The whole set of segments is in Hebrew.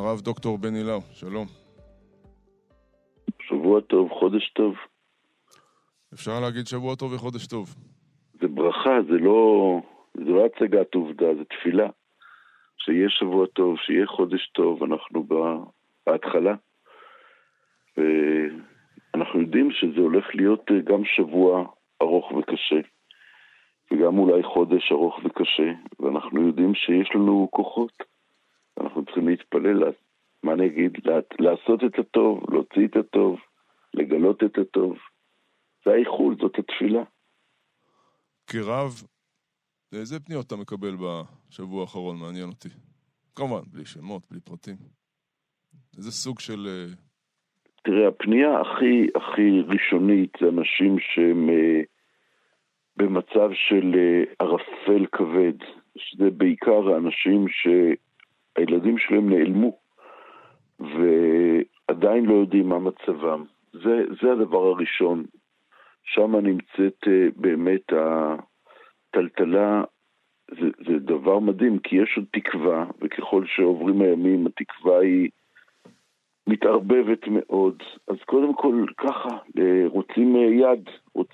הרב דוקטור בני לאו, שלום. שבוע טוב, חודש טוב. אפשר להגיד שבוע טוב וחודש טוב. זה ברכה, זה לא הצגת עובדה, זה תפילה. שיהיה שבוע טוב, שיהיה חודש טוב, אנחנו בהתחלה. ואנחנו יודעים שזה הולך להיות גם שבוע ארוך וקשה. וגם אולי חודש ארוך וקשה. ואנחנו יודעים שיש לנו כוחות. אנחנו צריכים להתפלל, מה נגיד? לעשות את הטוב, להוציא את הטוב, לגלות את הטוב. זה האיחול, זאת התפילה. כרב, איזה פניות אתה מקבל בשבוע האחרון? מעניין אותי. כמובן, בלי שמות, בלי פרטים. איזה סוג של... תראה, הפנייה הכי ראשונית זה אנשים שהם במצב של ערפל כבד. שזה בעיקר האנשים שהילדים שלהם נעלמו, ועדיין לא יודעים מה מצבם. זה הדבר הראשון. שם נמצאת באמת הטלטלה, זה דבר מדהים, כי יש עוד תקווה, וככל שעוברים הימים, התקווה היא מתערבבת מאוד. אז קודם כל, ככה, רוצים יד,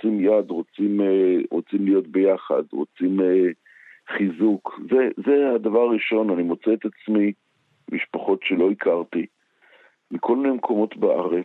רוצים להיות ביחד, רוצים חיזוק. זה הדבר הראשון. אני מוצא את עצמי, משפחות שלא הכרתי, מכל מיני מקומות בארץ,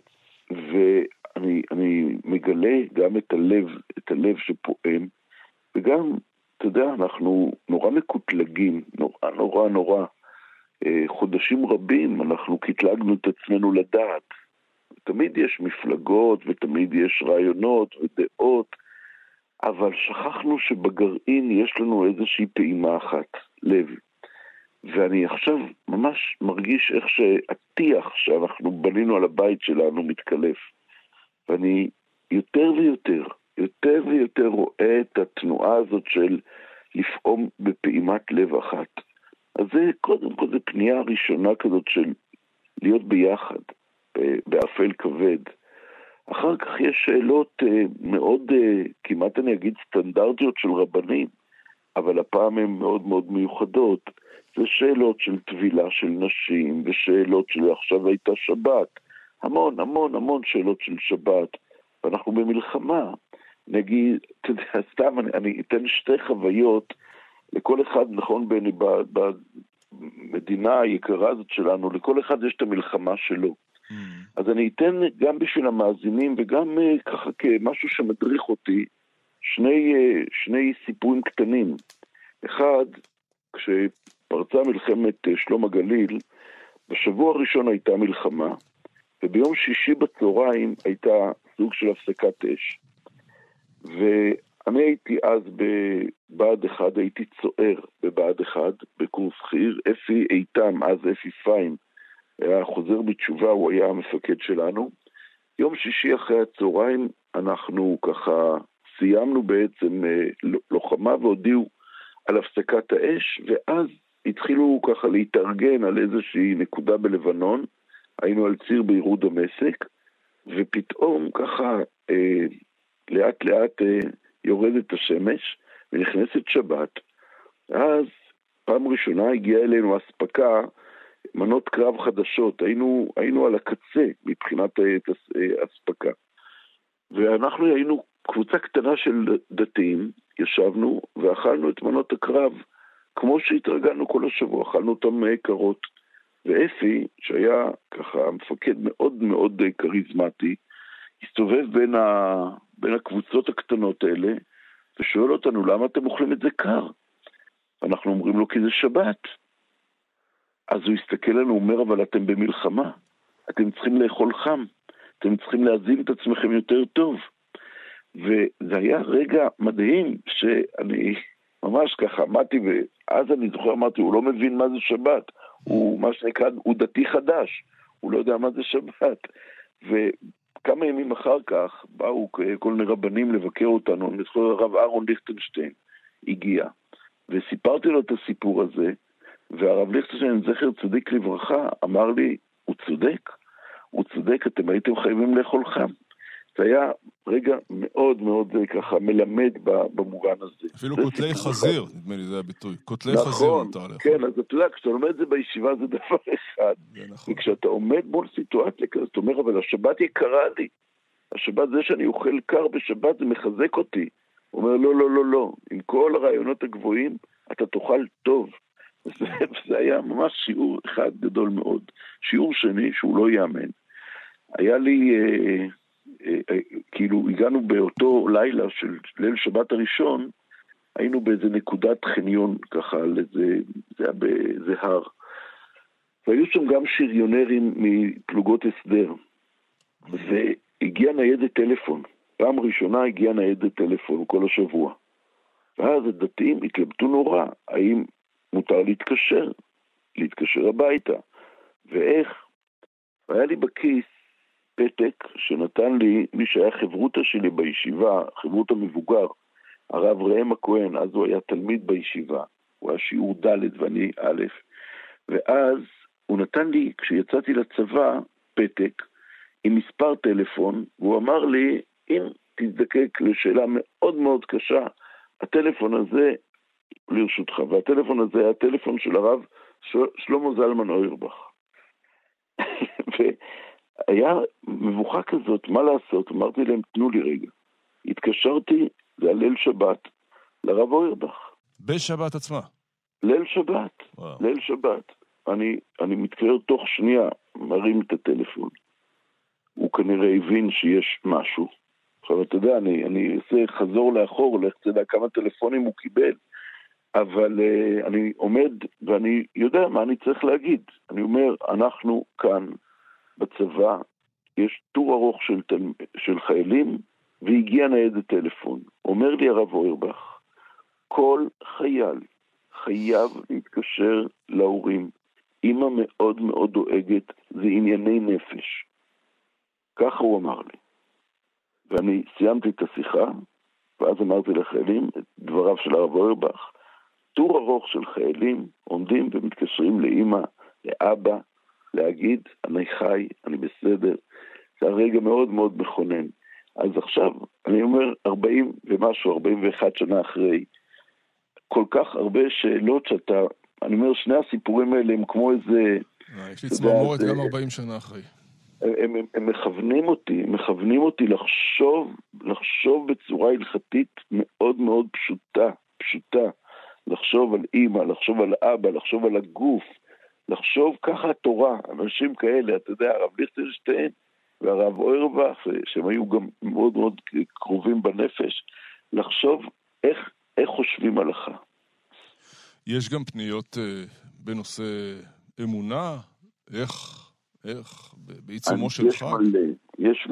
ואני מגלה גם את הלב שפועם, וגם, אתה יודע, אנחנו נורא מקוטלגים, נורא. חודשים רבים אנחנו קטלגנו את עצמנו לדעת. תמיד יש מפלגות, ותמיד יש רעיונות ודעות, אבל שכחנו שבגרעין יש לנו איזושהי פעימה אחת, לב. ואני עכשיו ממש מרגיש איך שהטיח שאנחנו בנינו על הבית שלנו מתקלף. ואני יותר ויותר רואה את התנועה הזאת של לפעום בפעימת לב אחת. אז זה קודם כל זה פנייה הראשונה כזאת של להיות ביחד, באפל כבד. אחר כך יש שאלות מאוד, כמעט אני אגיד סטנדרטיות של רבנים, אבל הפעם הן מאוד מאוד מיוחדות. זה שאלות של טבילה של נשים, ושאלות של עכשיו הייתה שבת. המון שאלות של שבת. ואנחנו במלחמה. נגיד, אתה יודע, סתם אני אתן שתי חוויות לכל אחד, נכון, בני, במדינה היקרה הזאת שלנו, לכל אחד יש את המלחמה שלו. אז אני אתן גם בשביל המאזינים, וגם ככה כמשהו שמדריך אותי, שני סיפורים קטנים. אחד, כשפרצה מלחמת שלום הגליל, בשבוע הראשון הייתה מלחמה, וביום שישי בצהריים הייתה סוג של הפסקת אש. ואני הייתי אז בבה"ד 1, הייתי צוער בבה"ד 1, בקורס חי"ר. אפי איתם, אז אפי פיין, היה חוזר בתשובה, הוא היה המפקד שלנו. יום שישי אחרי הצהריים אנחנו ככה סיימנו בעצם לוחמה והודיעו על הפסקת האש, ואז התחילו ככה להתארגן על איזושהי נקודה בלבנון. היינו על ציר בעירות דמשק, ופתאום ככה לאט לאט יורדת השמש ונכנסת שבת. אז פעם ראשונה הגיעה אלינו אספקה, מנות קרב חדשות. היינו על הקצה מבחינת אספקה. ואנחנו היינו קבוצה קטנה של דתיים, ישבנו ואכלנו את מנות הקרב כמו שהתרגלנו כל השבוע, אכלנו אותם קרות. ואפי, שהיה ככה מפקד מאוד מאוד קריזמטי, הסתובב בין הקבוצות הקטנות האלה, ושואל אותנו, למה אתם אוכלים את זה קר? אנחנו אומרים לו, כי זה שבת. אז הוא הסתכל לנו, הוא אומר, אבל אתם במלחמה, אתם צריכים לאכול חם, אתם צריכים להזין את עצמכם יותר טוב. וזה היה רגע מדהים, שאני ממש ככה עמדתי, ואז אני זוכר, אמרתי, הוא לא מבין מה זה שבת, הוא מה שנקרא, הוא דתי חדש, הוא לא יודע מה זה שבת. וכמה ימים אחר כך באו כל מיני רבנים לבקר אותנו, אני זוכר הרב אהרון ליכטנשטיין הגיע, וסיפרתי לו את הסיפור הזה, והרב ליכטנשטיין, זכר צדיק לברכה, אמר לי, הוא צודק, אתם הייתם חייבים לאכול חם. זה היה רגע מאוד מאוד ככה מלמד במובן הזה. אפילו קוטלי חזיר, נדמה לי זה הביטוי. קוטלי חזיר נותר לאכול. כן, אז אתה יודע, כשאתה לומד את זה בישיבה זה דבר אחד. נכון. כי כשאתה עומד מול סיטואציה כזאת, אתה אומר, אבל השבת יקרה לי. השבת, זה שאני אוכל קר בשבת, זה מחזק אותי. הוא אומר, לא, לא, לא, לא. עם כל הרעיונות הגבוהים, אתה תאכל טוב. וזה היה ממש שיעור אחד גדול מאוד. שיעור שני, שהוא לא יאמן. היה לי, כאילו, הגענו באותו לילה של ליל שבת הראשון, היינו באיזה נקודת חניון, ככה, זה היה באיזה הר. והיו שם גם שריונרים מפלוגות הסדר. והגיעה ניידת טלפון. פעם ראשונה הגיעה ניידת טלפון כל השבוע. ואז הדתיים התלבטו נורא, האם מותר להתקשר הביתה. ואיך? והיה לי בכיס פתק שנתן לי מי שהיה חברותה שלי בישיבה, חברות המבוגר, הרב ראם הכהן, אז הוא היה תלמיד בישיבה, הוא היה שיעור ד' ואני א', ואז הוא נתן לי, כשיצאתי לצבא, פתק עם מספר טלפון, והוא אמר לי, אם תזדקק לשאלה מאוד מאוד קשה, הטלפון הזה לרשותך, והטלפון הזה היה הטלפון של הרב שלמה זלמן אוירבך. והיה מבוכה כזאת, מה לעשות? אמרתי להם, תנו לי רגע. התקשרתי, זה הליל שבת, לרב אוירבך. בשבת עצמה? ליל שבת, וואו. ליל שבת. אני מתקרר תוך שנייה, מרים את הטלפון. הוא כנראה הבין שיש משהו. עכשיו, אתה יודע, אני עושה חזור לאחור, לך תדע כמה טלפונים הוא קיבל, אבל אני עומד ואני יודע מה אני צריך להגיד. אני אומר, אנחנו כאן בצבא, יש טור ארוך של חיילים, והגיע ניידת טלפון. אומר לי הרב אוירבך, כל חייל חייב להתקשר להורים. אמא מאוד מאוד דואגת, זה ענייני נפש. ככה הוא אמר לי. ואני סיימתי את השיחה, ואז אמרתי לחיילים את דבריו של הרב אוירבך, טור ארוך של חיילים עומדים ומתקשרים לאמא, לאבא, להגיד, אני חי, אני בסדר. זה הרגע מאוד מאוד מכונן. אז עכשיו, אני אומר, 40 ומשהו, 41 שנה אחרי, כל כך הרבה שאלות שאתה, אני אומר, שני הסיפורים האלה הם כמו איזה... יש לי צמרמורת גם 40 שנה אחרי. הם מכוונים אותי לחשוב בצורה הלכתית מאוד מאוד פשוטה. לחשוב על אמא, לחשוב על אבא, לחשוב על הגוף, לחשוב ככה התורה, אנשים כאלה, אתה יודע, הרב ליכטנשטיין והרב אוירבך, שהם היו גם מאוד מאוד קרובים בנפש, לחשוב איך חושבים הלכה. יש גם פניות בנושא אמונה, איך בעיצומו של חג? יש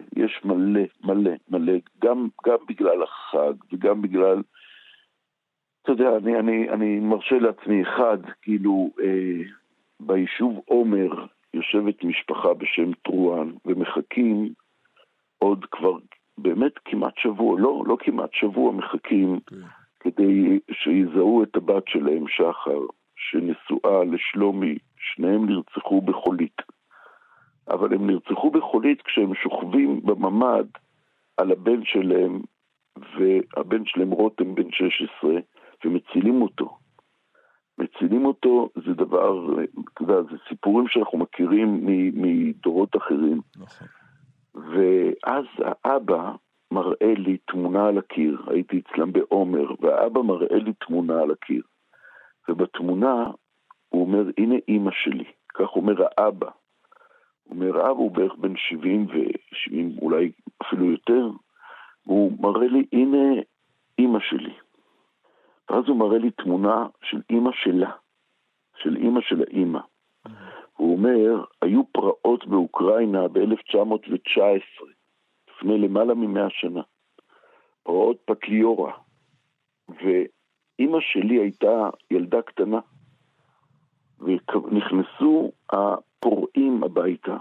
מלא, גם בגלל החג וגם בגלל, אתה יודע, אני מרשה לעצמי אחד, כאילו, ביישוב עומר יושבת משפחה בשם טרואן, ומחכים עוד כבר באמת כמעט שבוע, לא כמעט שבוע מחכים, כדי שיזהו את הבת שלהם שחר, שנשואה לשלומי, שניהם נרצחו בחולית. אבל הם נרצחו בחולית כשהם שוכבים בממד על הבן שלהם, והבן שלהם רותם בן 16, ומצילים אותו. מצילים אותו זה דבר, אתה יודע, זה סיפורים שאנחנו מכירים מדורות אחרים. נכון. ואז האבא מראה לי תמונה על הקיר, הייתי אצלם בעומר, והאבא מראה לי תמונה על הקיר. ובתמונה הוא אומר, הנה אמא שלי, כך אומר האבא. הוא אומר, האבא הוא בערך בן 70 ו-70 אולי אפילו יותר, והוא מראה לי, הנה אמא שלי. ואז הוא מראה לי תמונה של אמא שלה, של אמא של האמא. הוא אומר, היו פרעות באוקראינה ב-1919, לפני למעלה מ100 שנה. פרעות פטליורה. ואמא שלי הייתה ילדה קטנה, ונכנסו הפורעים הביתה,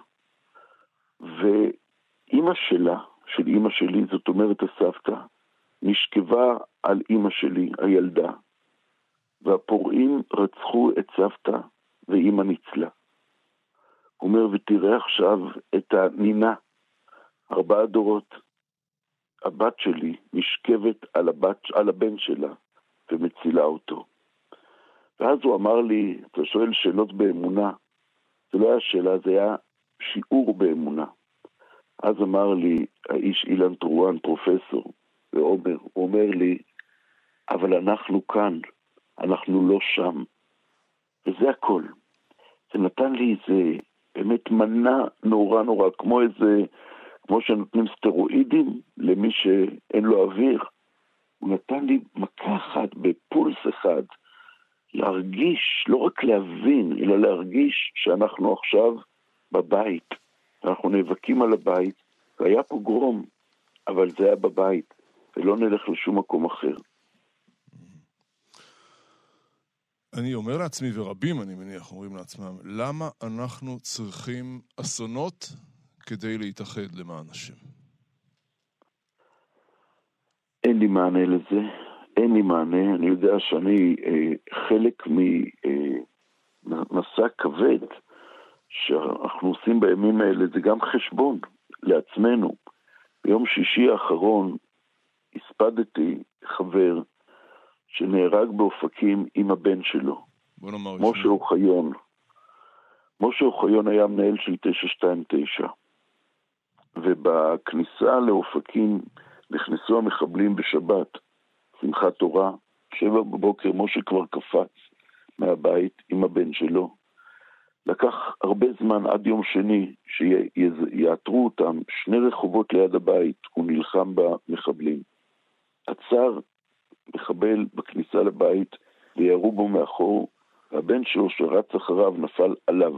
ואמא שלה, של אמא שלי, זאת אומרת הסבתא, נשכבה על אמא שלי, הילדה, והפורעים רצחו את סבתא, ואמא ניצלה. הוא אומר, ותראה עכשיו את הנינה, 4 דורות, הבת שלי נשכבת על הבן שלה, ומצילה אותו. ואז הוא אמר לי, אתה שואל שאלות באמונה, זה לא היה שאלה, זה היה שיעור באמונה. אז אמר לי האיש אילן טרואן, פרופסור, ועומר, הוא אומר לי, אבל אנחנו כאן, אנחנו לא שם. וזה הכל. זה נתן לי איזה באמת מנה נורא, כמו שנותנים סטרואידים למי שאין לו אוויר. הוא נתן לי מכה אחת בפולס אחד, להרגיש, לא רק להבין, אלא להרגיש שאנחנו עכשיו בבית. אנחנו נאבקים על הבית, והיה פוגרום, אבל זה היה בבית, ולא נלך לשום מקום אחר. אני אומר לעצמי, ורבים אני מניח אומרים לעצמם, למה אנחנו צריכים אסונות כדי להתאחד למען השם? אין לי מענה לזה, אין לי מענה. אני יודע שאני חלק ממסע כבד שאנחנו עושים בימים האלה, זה גם חשבון לעצמנו. ביום שישי האחרון הספדתי חבר שנהרג באופקים עם הבן שלו, משה אוחיון. משה אוחיון היה מנהל של 929, ובכניסה לאופקים נכנסו המחבלים בשבת, שמחת תורה, 7 בבוקר, משה כבר קפץ מהבית עם הבן שלו. לקח הרבה זמן עד יום שני שיעתרו אותם 2 רחובות ליד הבית, הוא נלחם במחבלים. עצר מחבל בכניסה לבית וירו בו מאחור, והבן שלו שרץ אחריו נפל עליו.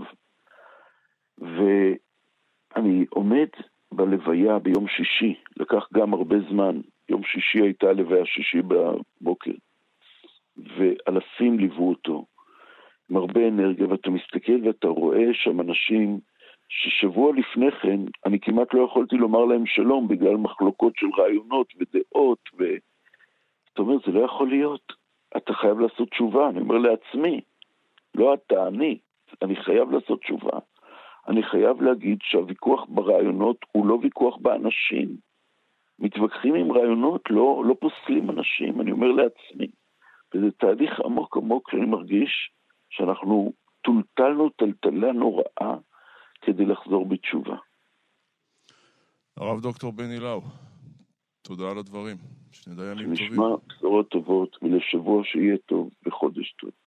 ואני עומד בלוויה ביום שישי, לקח גם הרבה זמן, יום שישי הייתה לוויה 6 בבוקר, ואלפים ליוו אותו, עם הרבה אנרגיה, ואתה מסתכל ואתה רואה שם אנשים ששבוע לפני כן, אני כמעט לא יכולתי לומר להם שלום, בגלל מחלוקות של רעיונות ודעות, זאת אומרת, זה לא יכול להיות, אתה חייב לעשות תשובה, אני אומר לעצמי, לא אתה, אני חייב לעשות תשובה, אני חייב להגיד שהוויכוח ברעיונות הוא לא ויכוח באנשים, מתווכחים עם רעיונות, לא פוסלים אנשים, אני אומר לעצמי, וזה תהליך עמוק שאני מרגיש שאנחנו טולטלנו טלטלה נוראה כדי לחזור בתשובה. הרב דוקטור בני לאו, תודה על הדברים, שנדע ימים טובים. שנשמע בשורות טובות ולשבוע שיהיה טוב וחודש טוב.